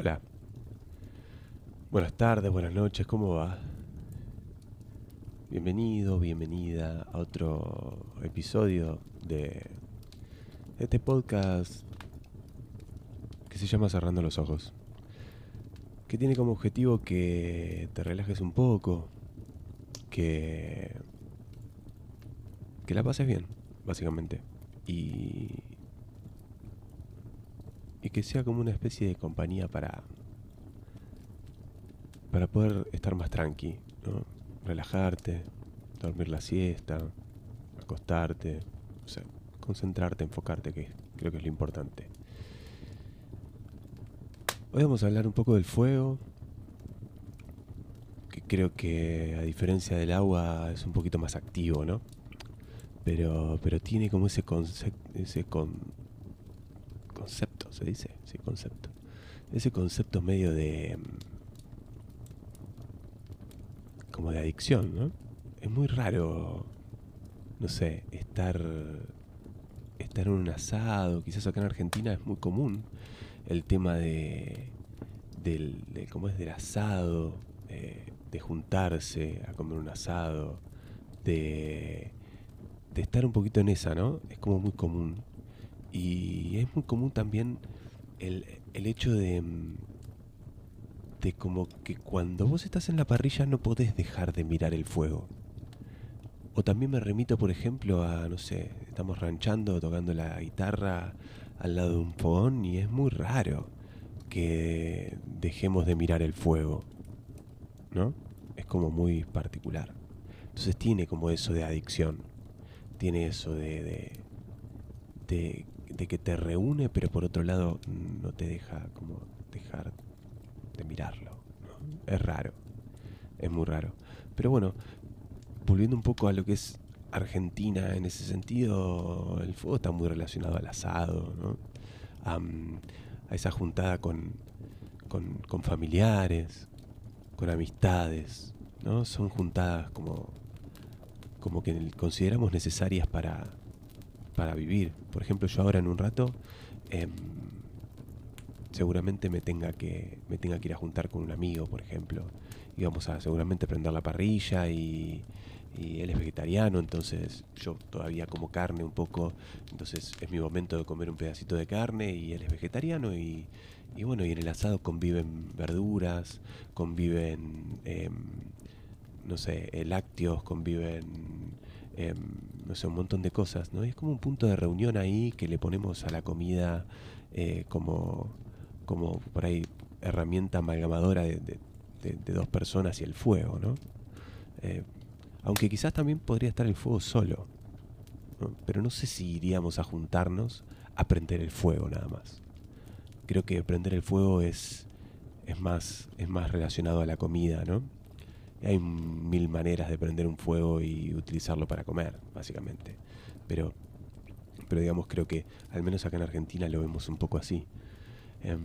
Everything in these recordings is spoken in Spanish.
Hola, buenas tardes, buenas noches, ¿cómo va? Bienvenido, bienvenida a otro episodio de este podcast que se llama Cerrando los Ojos, que tiene como objetivo que te relajes un poco, que, que la pases bien, básicamente, y, y que sea como una especie de compañía para poder estar más tranqui, ¿no? Relajarte, dormir la siesta, acostarte, o sea, concentrarte, enfocarte, que creo que es lo importante. Hoy vamos a hablar un poco del fuego, que creo que a diferencia del agua es un poquito más activo, ¿no? Pero tiene como concepto, ¿se dice? Sí, concepto. Ese concepto medio de como de adicción, ¿no? Es muy raro, no sé, estar en un asado, quizás acá en Argentina es muy común el tema de cómo es del asado, de juntarse a comer un asado, de, de estar un poquito en esa, ¿no? Es como muy común. Y es muy común también el hecho de como que cuando vos estás en la parrilla no podés dejar de mirar el fuego. O también me remito, por ejemplo, a, no sé, estamos ranchando, tocando la guitarra al lado de un fogón y es muy raro que dejemos de mirar el fuego, ¿no? Es como muy particular. Entonces tiene como eso de adicción, tiene eso de que te reúne, pero por otro lado no te deja como dejar de mirarlo, ¿no? Es raro, es muy raro. Pero bueno, volviendo un poco a lo que es Argentina en ese sentido, el fuego está muy relacionado al asado, ¿no? A, a esa juntada con familiares, con amistades, ¿no? Son juntadas como que consideramos necesarias para vivir. Por ejemplo, yo ahora en un rato eh, seguramente me tenga que ir a juntar con un amigo, por ejemplo. Y vamos a seguramente prender la parrilla y él es vegetariano, entonces yo todavía como carne un poco, entonces es mi momento de comer un pedacito de carne y él es vegetariano y bueno, y en el asado conviven verduras, conviven, no sé, lácteos, conviven, eh, no sé, un montón de cosas, ¿no? Y es como un punto de reunión ahí que le ponemos a la comida como, como por ahí herramienta amalgamadora de dos personas y el fuego, ¿no? Eh, Aunque quizás también podría estar el fuego solo, ¿no? Pero no sé si iríamos a juntarnos a prender el fuego nada más. Creo que prender el fuego es más relacionado a la comida, ¿no? Hay mil maneras de prender un fuego y utilizarlo para comer, básicamente. Pero, pero digamos, creo que al menos acá en Argentina lo vemos un poco así. Em,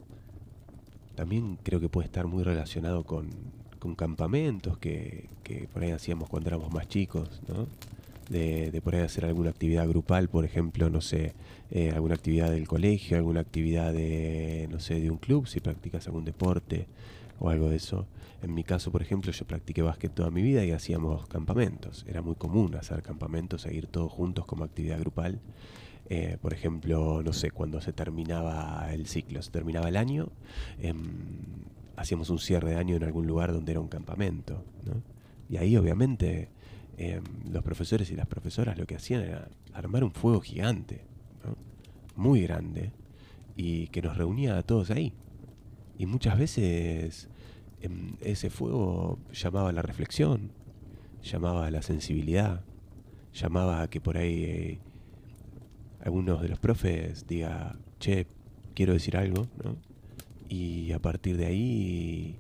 También creo que puede estar muy relacionado con campamentos que por ahí hacíamos cuando éramos más chicos, ¿no? De por ahí hacer alguna actividad grupal, por ejemplo, no sé, alguna actividad del colegio, alguna actividad de, no sé, de un club, si practicas algún deporte o algo de eso. En mi caso, por ejemplo, yo practiqué básquet toda mi vida y hacíamos campamentos. Era muy común hacer campamentos e ir todos juntos como actividad grupal. Por ejemplo, no sé, cuando se terminaba el ciclo, se terminaba el año, eh, hacíamos un cierre de año en algún lugar donde era un campamento, ¿no? Y ahí obviamente los profesores y las profesoras lo que hacían era armar un fuego gigante, ¿no? Muy grande, y que nos reunía a todos ahí. Y muchas veces ese fuego llamaba a la reflexión, llamaba a la sensibilidad, llamaba a que por ahí algunos de los profes diga, che, quiero decir algo, ¿no? Y a partir de ahí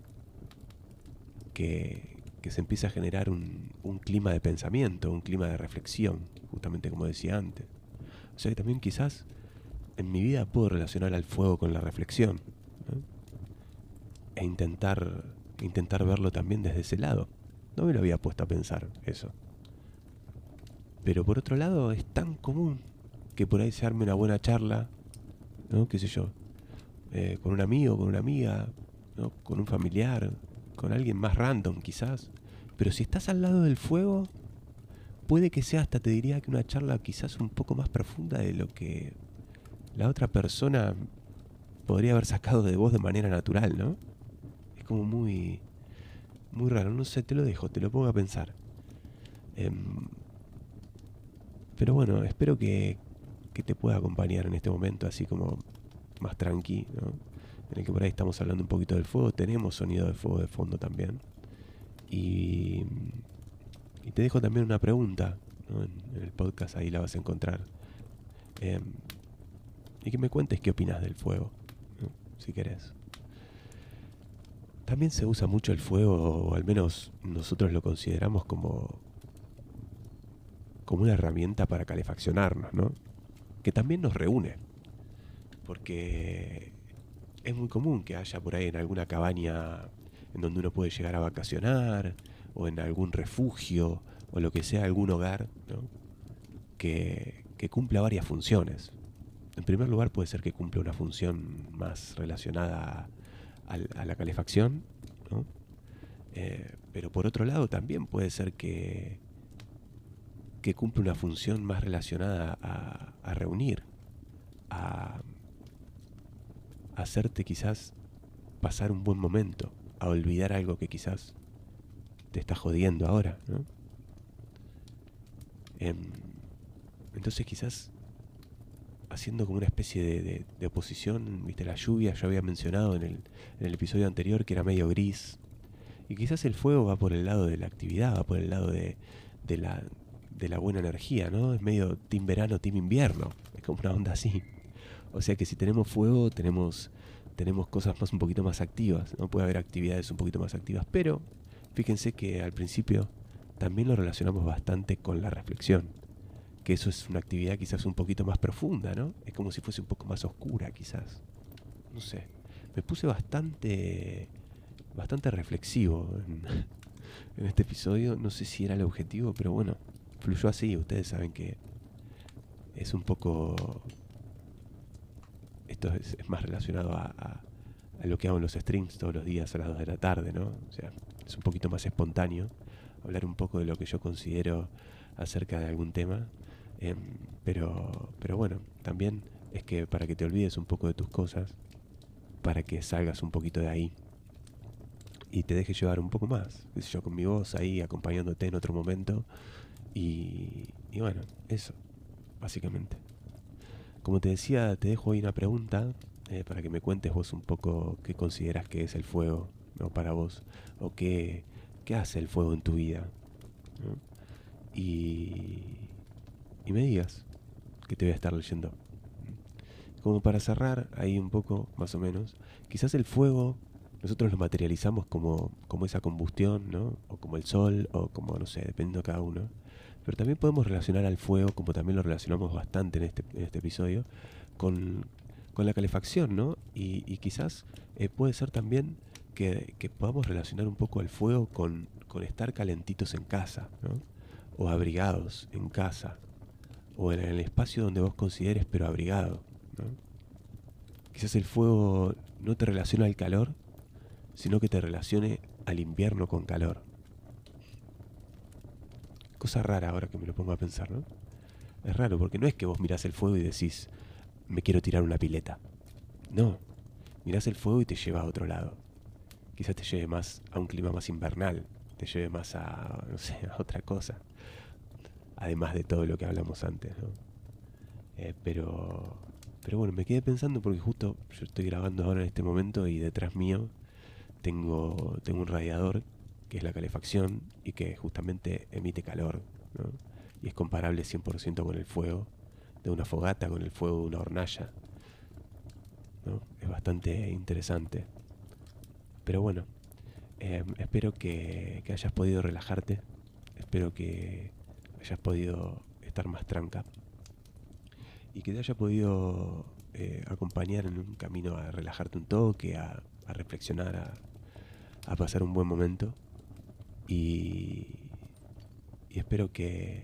que se empieza a generar un clima de pensamiento, un clima de reflexión, justamente como decía antes. O sea que también quizás en mi vida puedo relacionar al fuego con la reflexión, ¿no? E intentar verlo también desde ese lado. No me lo había puesto a pensar eso. Pero por otro lado es tan común que por ahí se arme una buena charla, ¿no? ¿Qué sé yo? con un amigo, con una amiga, ¿no? Con un familiar, con alguien más random quizás. Pero si estás al lado del fuego, puede que sea hasta, te diría, que una charla quizás un poco más profunda de lo que la otra persona podría haber sacado de vos de manera natural, ¿no? Es como muy, muy raro, no sé, te lo dejo, te lo pongo a pensar. Em, pero bueno, espero que te pueda acompañar en este momento, así como más tranqui, ¿no? En el que por ahí estamos hablando un poquito del fuego, tenemos sonido de fuego de fondo también. Y, y te dejo también una pregunta, ¿no? En el podcast ahí la vas a encontrar. Em, y que me cuentes qué opinas del fuego, ¿no? Si querés. También se usa mucho el fuego, o al menos nosotros lo consideramos como una herramienta para calefaccionarnos, ¿no? Que también nos reúne, porque es muy común que haya por ahí en alguna cabaña en donde uno puede llegar a vacacionar, o en algún refugio, o lo que sea, algún hogar, ¿no? Que cumpla varias funciones. En primer lugar puede ser que cumpla una función más relacionada a la calefacción, ¿no? Pero por otro lado también puede ser que cumple una función más relacionada a reunir, a hacerte quizás pasar un buen momento, a olvidar algo que quizás te está jodiendo ahora, ¿no? Em, entonces quizás haciendo como una especie de oposición, viste, la lluvia, yo había mencionado en el episodio anterior que era medio gris, y quizás el fuego va por el lado de la actividad, va por el lado de la, de la buena energía, ¿no? Es medio team verano, team invierno, es como una onda así. O sea que si tenemos fuego, tenemos cosas más un poquito más activas, ¿no? Puede haber actividades un poquito más activas, pero fíjense que al principio también lo relacionamos bastante con la reflexión, que eso es una actividad quizás un poquito más profunda, ¿no? Es como si fuese un poco más oscura quizás. No sé, me puse bastante reflexivo en este episodio, no sé si era el objetivo, pero bueno, fluyó así, ustedes saben que es un poco... Esto es más relacionado a lo que hago en los streams todos los días a las 2 de la tarde, ¿no? O sea, es un poquito más espontáneo hablar un poco de lo que yo considero acerca de algún tema. Em, pero bueno, también es que para que te olvides un poco de tus cosas, para que salgas un poquito de ahí y te dejes llevar un poco más, qué sé yo, con mi voz ahí acompañándote en otro momento. Y bueno, eso, básicamente. Como te decía, te dejo hoy una pregunta para que me cuentes vos un poco qué consideras que es el fuego, ¿no? Para vos, o qué hace el fuego en tu vida, ¿no? Y me digas que te voy a estar leyendo. Como para cerrar ahí un poco, más o menos, quizás el fuego nosotros lo materializamos como esa combustión, ¿no? O como el sol, o como, no sé, dependiendo de cada uno. Pero también podemos relacionar al fuego, como también lo relacionamos bastante en este episodio, con, con la calefacción, ¿no? Y quizás puede ser también que podamos relacionar un poco el fuego con estar calentitos en casa, ¿no? O abrigados en casa, o en el espacio donde vos consideres, pero abrigado, ¿no? Quizás el fuego no te relaciona al calor, sino que te relacione al invierno con calor. Cosa rara ahora que me lo pongo a pensar, ¿no? Es raro porque no es que vos mirás el fuego y decís, me quiero tirar una pileta. No, mirás el fuego y te lleva a otro lado. Quizás te lleve más a un clima más invernal, te lleve más a, no sé, a otra cosa. Además de todo lo que hablamos antes, ¿no? Pero bueno, me quedé pensando porque justo yo estoy grabando ahora en este momento y detrás mío tengo un radiador que es la calefacción y que justamente emite calor, ¿no? Y es comparable 100% con el fuego de una fogata, con el fuego de una hornalla, ¿no? Es bastante interesante. Pero bueno, espero que hayas podido relajarte, espero que hayas podido estar más tranca y que te haya podido acompañar en un camino a relajarte un toque, a reflexionar, a pasar un buen momento y, y espero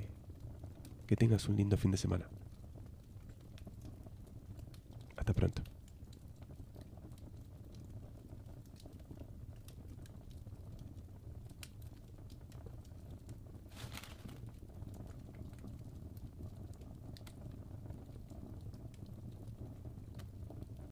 que tengas un lindo fin de semana. Hasta pronto.